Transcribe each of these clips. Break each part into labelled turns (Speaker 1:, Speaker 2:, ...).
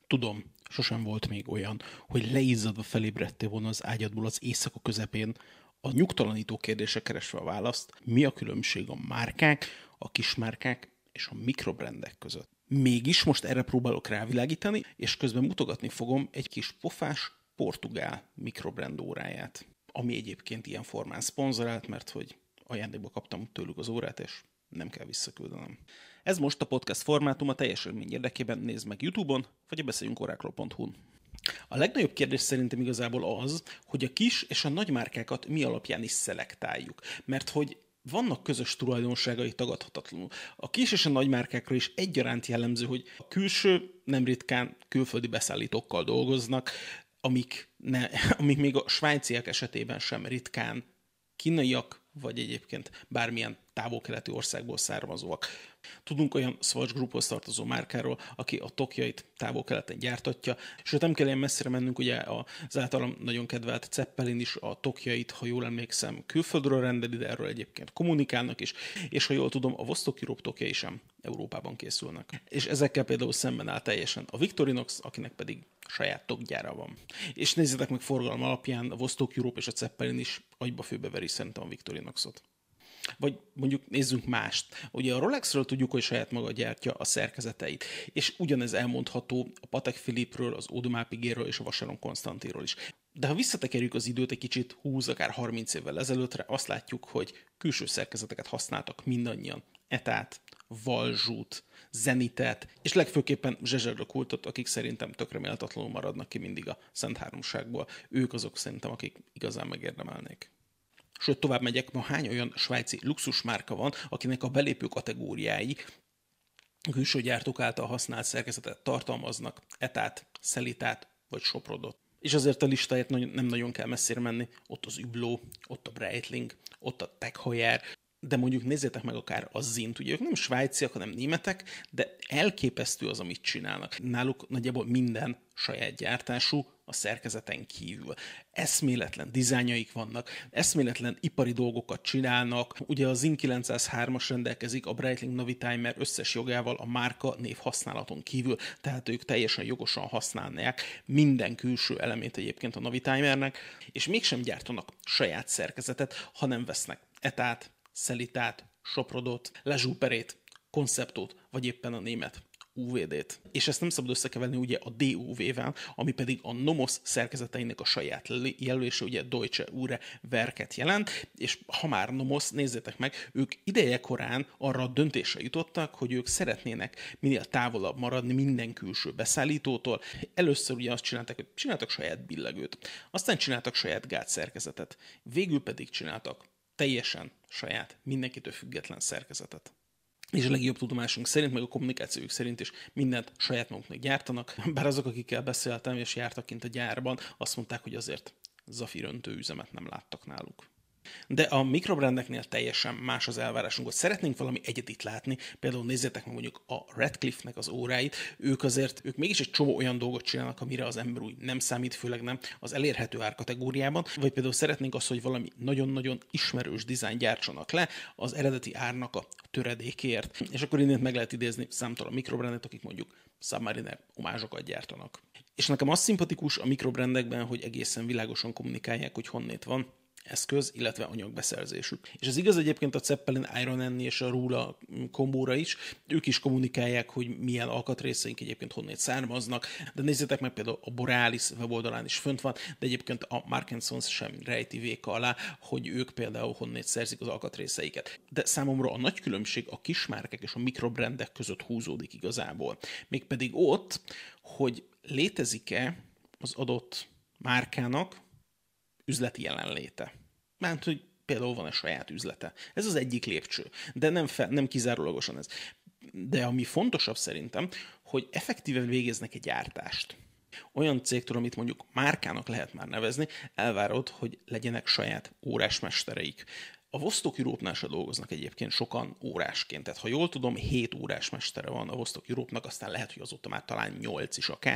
Speaker 1: Tudom, sosem volt még olyan, hogy leizzadva felébredtél volna az ágyadból az éjszaka közepén, a nyugtalanító kérdésre keresve a választ, mi a különbség a márkák, a kismárkák és a mikrobrendek között. Mégis most erre próbálok rávilágítani, és közben mutogatni fogom egy kis pofás portugál mikrobrand óráját, ami egyébként ilyen formán szponzorált, mert hogy ajándékba kaptam tőlük az órát, és nem kell visszaküldenem. Ez most a podcast formátum, a teljes élmény érdekében nézd meg YouTube-on, vagy a beszéljünkorákról.hu-n. A legnagyobb kérdés szerintem igazából az, hogy a kis és a nagy márkákat mi alapján is szelektáljuk. Mert hogy vannak közös tulajdonságai tagadhatatlanul. A kis és a nagy márkákra is egyaránt jellemző, hogy a külső nem ritkán külföldi beszállítókkal dolgoznak, amik még a svájciak esetében sem ritkán kínaiak, vagy egyébként bármilyen távol-keleti országból származóak. Tudunk olyan Swatch Grouphoz tartozó márkáról, aki a tokjait távol-keleten gyártatja, és nem kell ilyen messzire mennünk, ugye az általam nagyon kedvelt Zeppelin is a tokjait, ha jól emlékszem, külföldről rendeli, de erről egyébként kommunikálnak is, és ha jól tudom, a Vostok Europe tokjai sem Európában készülnek. És ezekkel például szemben áll teljesen a Victorinox, akinek pedig saját tokgyára van. És nézzétek meg, forgalom alapján a Vostok Europe és a Zeppelin is agyba főbeveri szerintem a Victorinoxot. Vagy mondjuk nézzünk mást. Ugye a Rolexről tudjuk, hogy saját maga gyártja a szerkezeteit. És ugyanez elmondható a Patek Philipperől, az Audemars Piguetről és a Vacheron Constantinról is. De ha visszatekerjük az időt egy kicsit 20, akár 30 évvel ezelőttre, azt látjuk, hogy külső szerkezeteket használtak mindannyian. Etát, Valzsút, Zenitet, és legfőképpen Jaeger LeCoultre-ot, akik szerintem tökre méltatlanul maradnak ki mindig a Szent Háromságból. Ők azok szerintem, akik igazán megérdemelnék. Sőt, tovább megyek, ma hány olyan svájci luxusmárka van, akinek a belépő kategóriái külső gyártók által használt szerkezetet tartalmaznak, Etát, Szelitát vagy Soprodot. És azért a listáját nem nagyon kell messzire menni, ott az Hublot, ott a Breitling, ott a Tag Heuer, de mondjuk nézzétek meg akár a Zint, ugye ők nem svájciak, hanem németek, de elképesztő az, amit csinálnak. Náluk nagyjából minden saját gyártású, a szerkezeten kívül. Eszméletlen dizájnjaik vannak, eszméletlen ipari dolgokat csinálnak. Ugye a Zin 903-as rendelkezik a Breitling Navitimer összes jogával a márka név használaton kívül, tehát ők teljesen jogosan használják minden külső elemét egyébként a Navitimernek, és mégsem gyártanak saját szerkezetet, hanem vesznek Etát, Szelitát, Soprodot, La Joux-Perret, Conceptot, vagy éppen a német UVD-t. És ezt nem szabad összekeverni ugye a DUV-vel, ami pedig a Nomos szerkezeteinek a saját jelölése, ugye Deutsche Uhr Werket jelent, és ha már Nomos, nézzétek meg, ők idejekorán arra a döntésre jutottak, hogy ők szeretnének minél távolabb maradni minden külső beszállítótól. Először ugye azt csináltak, hogy csináltak saját billegőt, aztán csináltak saját gátszerkezetet, végül pedig csináltak teljesen saját, mindenkitől független szerkezetet. És a legjobb tudomásunk szerint, meg a kommunikációjuk szerint is mindent saját maguknak gyártanak, bár azok, akikkel beszéltem és jártak kint a gyárban, azt mondták, hogy azért zafiröntő üzemet nem láttak náluk. De a mikrobrandeknél teljesen más az elvárásunk, hogy szeretnénk valami egyedit látni, például nézzétek meg mondjuk a Radcliffe-nek az óráit, ők mégis egy csomó olyan dolgot csinálnak, amire az ember úgy nem számít, főleg nem az elérhető ár kategóriában, vagy például szeretnénk azt, hogy valami nagyon-nagyon ismerős dizájn gyártsanak le az eredeti árnak a töredékért. És akkor innen meg lehet idézni számtalan mikrobrandet, akik mondjuk Submariner omázsokat gyártanak. És nekem az szimpatikus a mikrobrandekben, hogy egészen világosan kommunikálják, hogy honnét van eszköz, illetve anyagbeszerzésük. És ez igaz egyébként a Zeppelin Iron Annie és a Rula kombóra is. Ők is kommunikálják, hogy milyen alkatrészeink egyébként honnét származnak, de nézzétek meg például a Borealis weboldalán is fönt van, de egyébként a Mark & Sons sem rejti véka alá, hogy ők például honnét szerzik az alkatrészeiket. De számomra a nagy különbség a kismárkák és a mikrobrandek között húzódik igazából. Mégpedig ott, hogy létezik-e az adott márkának üzleti jelenléte. Mert hogy például van egy saját üzlete. Ez az egyik lépcső, de nem kizárólagosan ez. De ami fontosabb szerintem, hogy effektíven végeznek egy gyártást. Olyan cégtől, amit mondjuk márkának lehet már nevezni, elvárod, hogy legyenek saját órásmestereik. A Vostok Europe-nál se dolgoznak egyébként sokan órásként. Tehát ha jól tudom, 7 órásmestere van a Vostok Europe-nak, aztán lehet, hogy azóta már talán 8 is akár,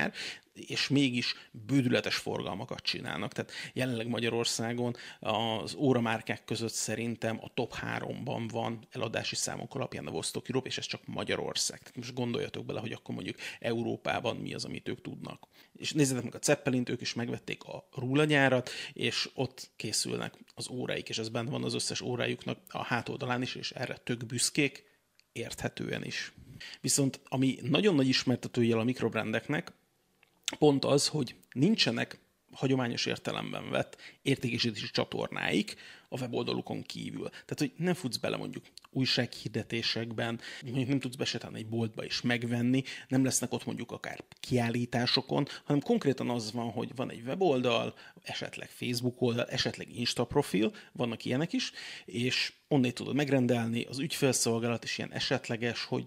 Speaker 1: és mégis bődületes forgalmakat csinálnak. Tehát jelenleg Magyarországon az óramárkák között szerintem a top 3-ban van eladási számok alapján a Vostok Europe, és ez csak Magyarország. Tehát most gondoljatok bele, hogy akkor mondjuk Európában mi az, amit ők tudnak. És nézzétek meg a Zeppelint, ők is megvették a rúlanyárat, és ott készülnek az óráik, és ez benne van az összes órájuknak a hátoldalán is, és erre tök büszkék, érthetően is. Viszont ami nagyon nagy ismertetőjel a mikrobrandeknek, pont az, hogy nincsenek hagyományos értelemben vett értékesítési csatornáik a weboldalukon kívül. Tehát, hogy nem futsz bele mondjuk újsághirdetésekben, mondjuk nem tudsz besétálni egy boltba és megvenni, nem lesznek ott mondjuk akár kiállításokon, hanem konkrétan az van, hogy van egy weboldal, esetleg Facebook oldal, esetleg Insta profil, vannak ilyenek is, és onnét tudod megrendelni, az ügyfélszolgálat is ilyen esetleges, hogy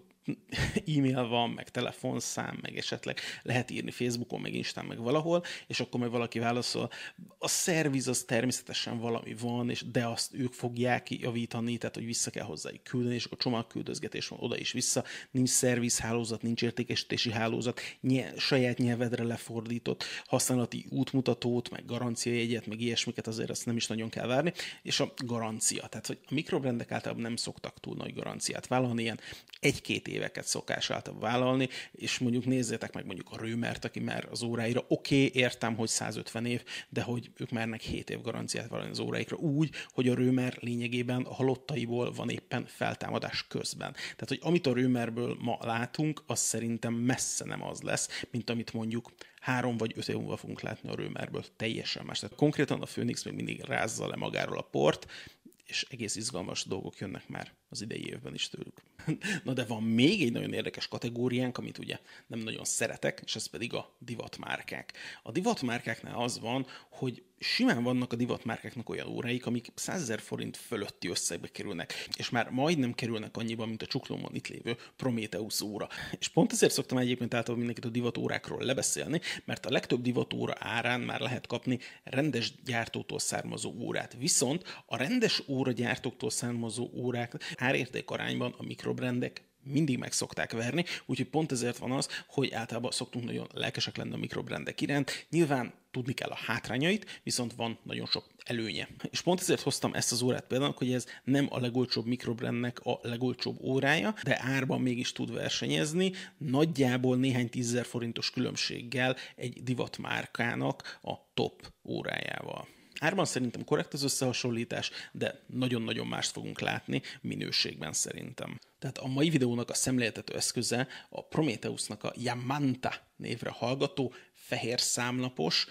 Speaker 1: e-mail van, meg telefonszám, meg esetleg lehet írni Facebookon, meg Instán, meg valahol, és akkor meg valaki válaszol. A szerviz az természetesen valami van, de azt ők fogják javítani, tehát hogy vissza kell hozzájuk küldeni, és akkor csomagküldözgetés van oda is vissza, nincs szervizhálózat, nincs értékesítési hálózat, saját nyelvedre lefordított használati útmutatót, meg garanciajegyet, meg ilyesmiket, azért azt nem is nagyon kell várni, és a garancia, tehát hogy a mikrobrandek általában nem szoktak túl nagy garanciát vállalni, ilyen 1-2 éveket szokás által vállalni, és mondjuk nézzétek meg mondjuk a Römert, aki már az óráira, oké, értem, hogy 150 év, de hogy ők mernek 7 év garanciát vállalni az óráikra úgy, hogy a Römer lényegében a halottaiból van éppen feltámadás közben. Tehát, hogy amit a Römerből ma látunk, az szerintem messze nem az lesz, mint amit mondjuk 3 vagy 5 év múlva fogunk látni a Römerből. Teljesen más. Tehát konkrétan a Phoenix még mindig rázza le magáról a port, és egész izgalmas dolgok jönnek már az idei évben is tőlük. Na de van még egy nagyon érdekes kategóriánk, amit ugye nem nagyon szeretek, és ez pedig a divatmárkák. A divatmárkáknál az van, hogy simán vannak a divatmárkáknak olyan óráik, amik 100 000 forint fölötti összegbe kerülnek, és már majdnem kerülnek annyiban, mint a csuklómon itt lévő Prometheus óra. És pont ezért szoktam egyébként általában mindenkit a divatórákról lebeszélni, mert a legtöbb divatóra árán már lehet kapni rendes gyártótól származó órát. Viszont a rendes óragyártóktól származó órák árérték arányban a mikrobrandek mindig meg szokták verni, úgyhogy pont ezért van az, hogy általában szoktunk nagyon lelkesek lenni a mikrobrandek iránt. Nyilván tudni kell a hátrányait, viszont van nagyon sok előnye. És pont ezért hoztam ezt az órát például, hogy ez nem a legolcsóbb mikrobrandnek a legolcsóbb órája, de árban mégis tud versenyezni, nagyjából néhány 10 000 forintos különbséggel egy divatmárkának a top órájával. Árban szerintem korrekt az összehasonlítás, de nagyon-nagyon mást fogunk látni minőségben szerintem. Tehát a mai videónak a szemléltető eszköze a Prometheusnak a Yamanta névre hallgató, fehér számlapos,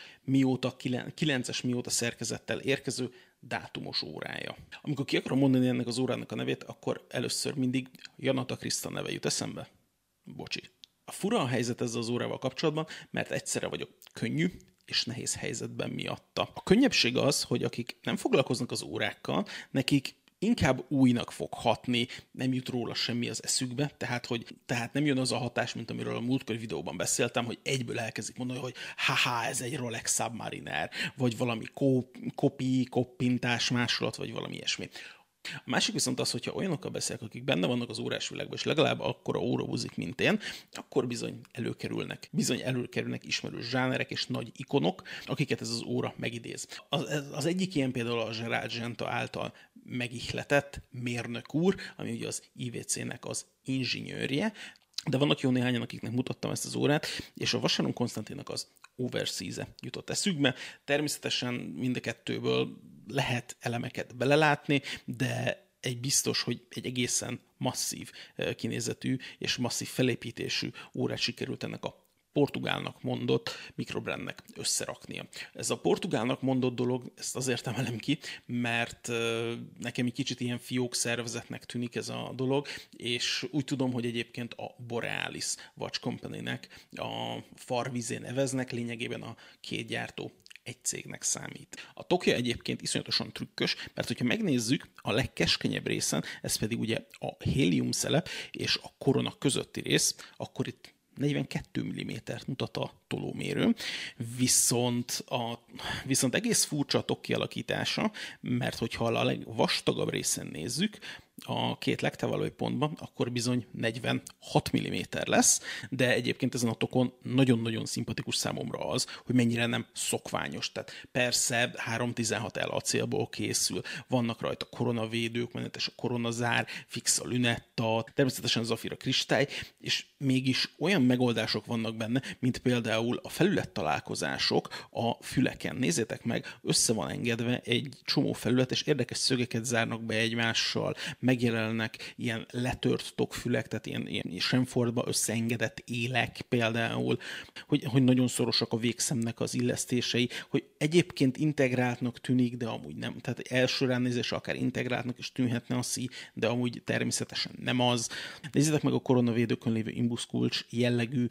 Speaker 1: 9-es mióta szerkezettel érkező dátumos órája. Amikor ki akarom mondani ennek az órának a nevét, akkor először mindig Janata Kriszta neve jut eszembe. Bocsi. A fura a helyzet ezzel az órával kapcsolatban, mert egyszerre vagyok könnyű és nehéz helyzetben miatta. A könnyebbség az, hogy akik nem foglalkoznak az órákkal, nekik inkább újnak fog hatni, nem jut róla semmi az eszükbe, tehát nem jön az a hatás, mint amiről a múltkor videóban beszéltem, hogy egyből elkezdik mondani, hogy haha, ez egy Rolex Submariner, vagy valami koppintás, másolat, vagy valami ilyesmi. A másik viszont az, hogyha olyanokkal beszélek, akik benne vannak az órásvilágban, és legalább akkora órabuzik, mint én, akkor bizony előkerülnek ismerős zsánerek és nagy ikonok, akiket ez az óra megidéz. Az egyik ilyen például a Gerald Genta által megihletett mérnök úr, ami ugye az IWC-nek az inzsinyőrje, de vannak jó néhányan, akiknek mutattam ezt az órát, és a Vasaron Konstantinnak az Overseas-e jutott eszükbe. Természetesen mind a kettőből lehet elemeket belelátni, de egy biztos, hogy egy egészen masszív kinézetű és masszív felépítésű órát sikerült ennek a portugálnak mondott mikrobrandnek összeraknia. Ez a portugálnak mondott dolog, ezt azért emelem ki, mert nekem egy kicsit ilyen fiók szervezetnek tűnik ez a dolog, és úgy tudom, hogy egyébként a Borealis Watch Company-nek a farvizén neveznek, lényegében a két gyártó egy cégnek számít. A tokja egyébként iszonyatosan trükkös, mert hogyha megnézzük a legkeskenyebb részen, ez pedig ugye a héliumszelep és a korona közötti rész, akkor itt 42 mm-t mutat a tolómérő, viszont egész furcsa a tok kialakítása, mert hogyha a legvastagabb részen nézzük, a két legtávolabbi pontban, akkor bizony 46 mm lesz, de egyébként ezen a tokon nagyon-nagyon szimpatikus számomra az, hogy mennyire nem szokványos. Tehát persze 316L acélból készül, vannak rajta koronavédők, menetes a koronazár, fix a lünetta, természetesen zafír a kristály, és mégis olyan megoldások vannak benne, mint például a felülettalálkozások a füleken. Nézzétek meg, össze van engedve egy csomó felület, és érdekes szögeket zárnak be egymással, megjelennek ilyen letört tokfülek, tehát ilyen Shenfordba összeengedett élek például, hogy nagyon szorosak a végszemnek az illesztései, hogy egyébként integráltnak tűnik, de amúgy nem. Tehát első ránézésre akár integráltnak is tűnhetne a szí, de amúgy természetesen nem az. Nézzétek meg a koronavédőkön lévő imbuszkulcs jellegű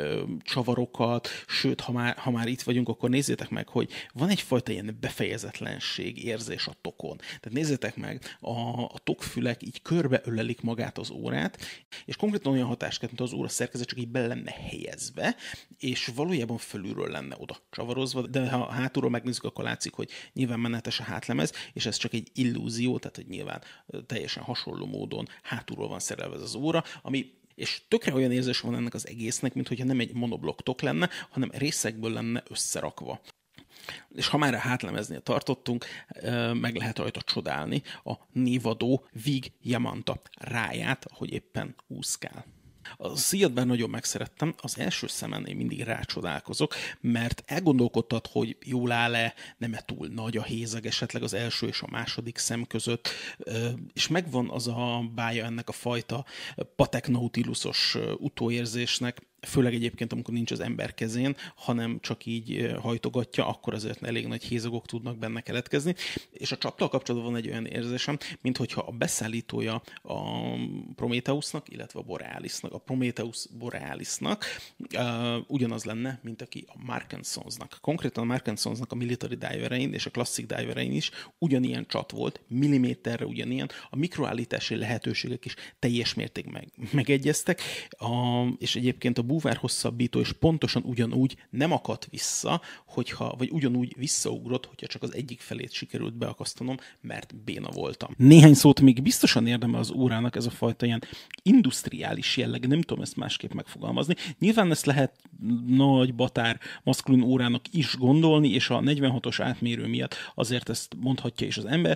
Speaker 1: csavarokat, sőt, ha már itt vagyunk, akkor nézzétek meg, hogy van egyfajta ilyen befejezetlenség érzés a tokon. Tehát nézzétek meg, a tokfülek így körbeölelik magát az órát, és konkrétan olyan hatást kelt, mint az óra szerkezet csak így bele lenne helyezve, és valójában fölülről lenne oda csavarozva, de ha hátulról megnézzük, akkor látszik, hogy nyilván menetes a hátlemez, és ez csak egy illúzió, tehát hogy nyilván teljesen hasonló módon hátulról van szerelve ez az óra, és tökre olyan érzés van ennek az egésznek, mintha nem egy monoblokk tok lenne, hanem részekből lenne összerakva. És ha már a hátlemeznél tartottunk, meg lehet rajta csodálni a névadó Vig Yamanta ráját, ahogy éppen úszkál. A szíjat bár nagyon megszerettem, az első szemen én mindig rácsodálkozok, mert elgondolkodtad, hogy jól áll-e, nem-e túl nagy a hézag esetleg az első és a második szem között, és megvan az a bája ennek a fajta Patek Nautilusos utóérzésnek, főleg egyébként, amikor nincs az ember kezén, hanem csak így hajtogatja, akkor azért elég nagy hézagok tudnak benne keletkezni. És a csaptal kapcsolatban van egy olyan érzésem, minthogyha a beszállítója a Prometheusnak, illetve a Borealisnak. A Prometheus Borealisnak ugyanaz lenne, mint aki a Mark & Sonsnak. Konkrétan a Mark & Sonsnak a Military Diverein és a Classic Diverein is ugyanilyen csat volt, milliméterre ugyanilyen, a mikroállítási lehetőségek is teljes mértékben megegyeztek, és egyébként a búvár hosszabbító is pontosan ugyanúgy nem akadt vissza, vagy ugyanúgy visszaugrott, hogyha csak az egyik felét sikerült beakasztanom, mert béna voltam. Néhány szót még biztosan érdemel az órának ez a fajta ilyen industriális jelleg, nem tudom ezt másképp megfogalmazni. Nyilván ezt lehet nagy batár maszkulin órának is gondolni, és a 46-os átmérő miatt azért ezt mondhatja is az ember,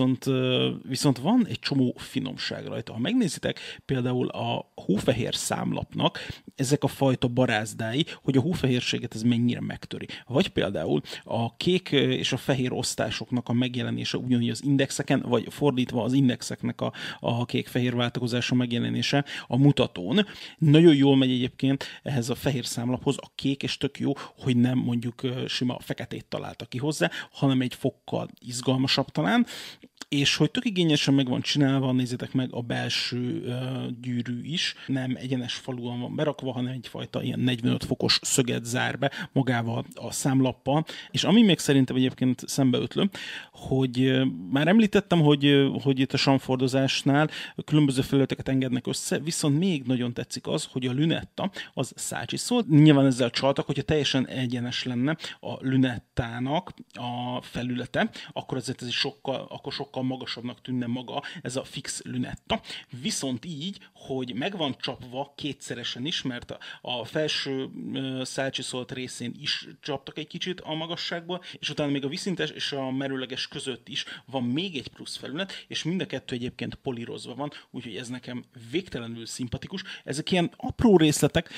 Speaker 1: viszont van egy csomó finomság rajta. Ha megnézitek például a hófehér számlapnak ezek a fajta barázdái, hogy a hófehérséget ez mennyire megtöri. Vagy például a kék és a fehér osztásoknak a megjelenése ugyanúgy az indexeken, vagy fordítva az indexeknek a kék-fehér váltakozása megjelenése a mutatón. Nagyon jól megy egyébként ehhez a fehér számlaphoz a kék, és tök jó, hogy nem mondjuk sima feketét találta ki hozzá, hanem egy fokkal izgalmasabb talán, és hogy tök igényesen meg van csinálva, nézzétek meg a belső gyűrű is, nem egyenes falúan van berakva, hanem egyfajta ilyen 45 fokos szöget zár be magával a számlappal, és ami még szerintem egyébként szembeötlő, hogy már említettem, hogy itt a samfordozásnál különböző felületeket engednek össze, viszont még nagyon tetszik az, hogy a lünetta az szácsiszol. Nyilván ezzel csaltak, hogyha teljesen egyenes lenne a lünettának a felülete, akkor ezért ez is sokkal magasabbnak tűnne maga ez a fix lünetta. Viszont így, hogy meg van csapva kétszeresen is, mert a felső szácsiszolt részén is csaptak egy kicsit a magasságból, és utána még a viszintes és a merőleges között is van még egy plusz felület, és mind a kettő egyébként polírozva van, úgyhogy ez nekem végtelenül szimpatikus. Ezek ilyen apró részletek,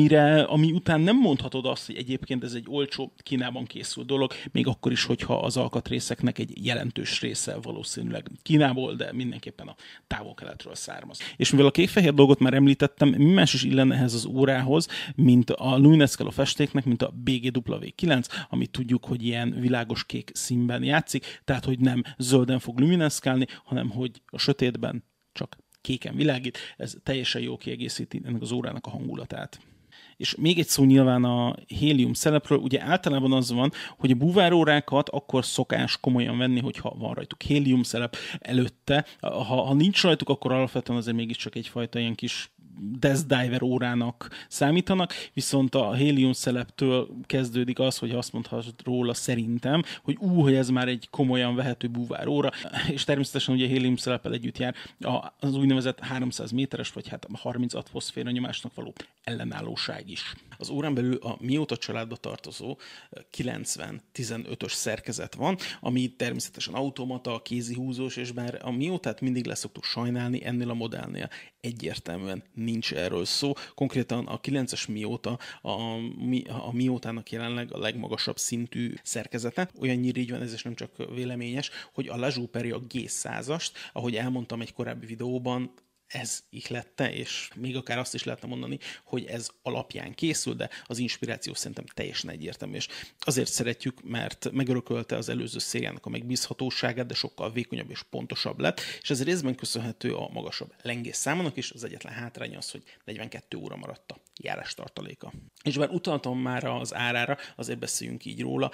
Speaker 1: ami után nem mondhatod azt, hogy egyébként ez egy olcsó Kínában készült dolog, még akkor is, hogyha az alkatrészeknek egy jelentős része valószínűleg Kínából, de mindenképpen a távol-keletről származ. És mivel a kék-fehér dolgot már említettem, mi más is illene ehhez az órához, mint a Luminescale festéknek, mint a BGW9, amit tudjuk, hogy ilyen világos kék színben játszik, tehát hogy nem zölden fog luminescálni, hanem hogy a sötétben csak kéken világít. Ez teljesen jól kiegészíti ennek az órának a hangulatát. És még egy szó nyilván a hélium szelepről, ugye általában az van, hogy a búvárórákat akkor szokás komolyan venni, hogyha van rajtuk hélium szelep előtte. Ha nincs rajtuk, akkor alapvetően azért mégiscsak egyfajta ilyen kis Death Diver órának számítanak, viszont a hélium szeleptől kezdődik az, hogy azt mondhatod róla szerintem, hogy ez már egy komolyan vehető búvár óra, és természetesen ugye a hélium szeleppel együtt jár az úgynevezett 300 méteres, vagy hát 30 atmoszféra nyomásnak való ellenállóság is. Az órán belül a Miyota családba tartozó 90-15-ös szerkezet van, ami természetesen automata, kézihúzós, és bár a Miyotát mindig leszoktuk sajnálni, ennél a modellnél egyértelműen nincs erről szó. Konkrétan a 9-es Miyota a Miyotának jelenleg a legmagasabb szintű szerkezete. Olyannyira így van, ez is nem csak véleményes, hogy a Lajous-Perry a G100-ast, ahogy elmondtam egy korábbi videóban, ez ihlette, és még akár azt is lehetne mondani, hogy ez alapján készül, de az inspiráció szerintem teljesen egyértelmű, és azért szeretjük, mert megörökölte az előző szériának a megbízhatóságát, de sokkal vékonyabb és pontosabb lett, és ez részben köszönhető a magasabb lengés számának is, az egyetlen hátrány az, hogy 42 óra maradt a járástartaléka. És bár utaltam már az árára, azért beszéljünk így róla,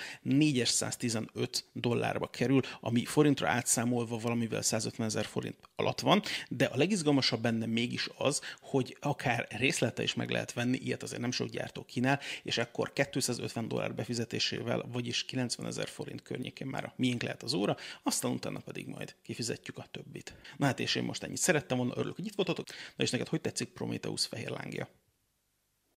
Speaker 1: $415 kerül, ami forintra átszámolva valamivel 150 000 forint alatt van, de a legizgalmasabb benne mégis az, hogy akár részlete is meg lehet venni, ilyet azért nem sok gyártó kínál, és akkor $250 befizetésével, vagyis 90 000 forint környékén már a miénk lehet az óra, aztán utána pedig majd kifizetjük a többit. Na hát és én most ennyit szerettem volna, örülök, hogy itt voltatok, na és neked hogy tetszik Prometheus fehér lángja?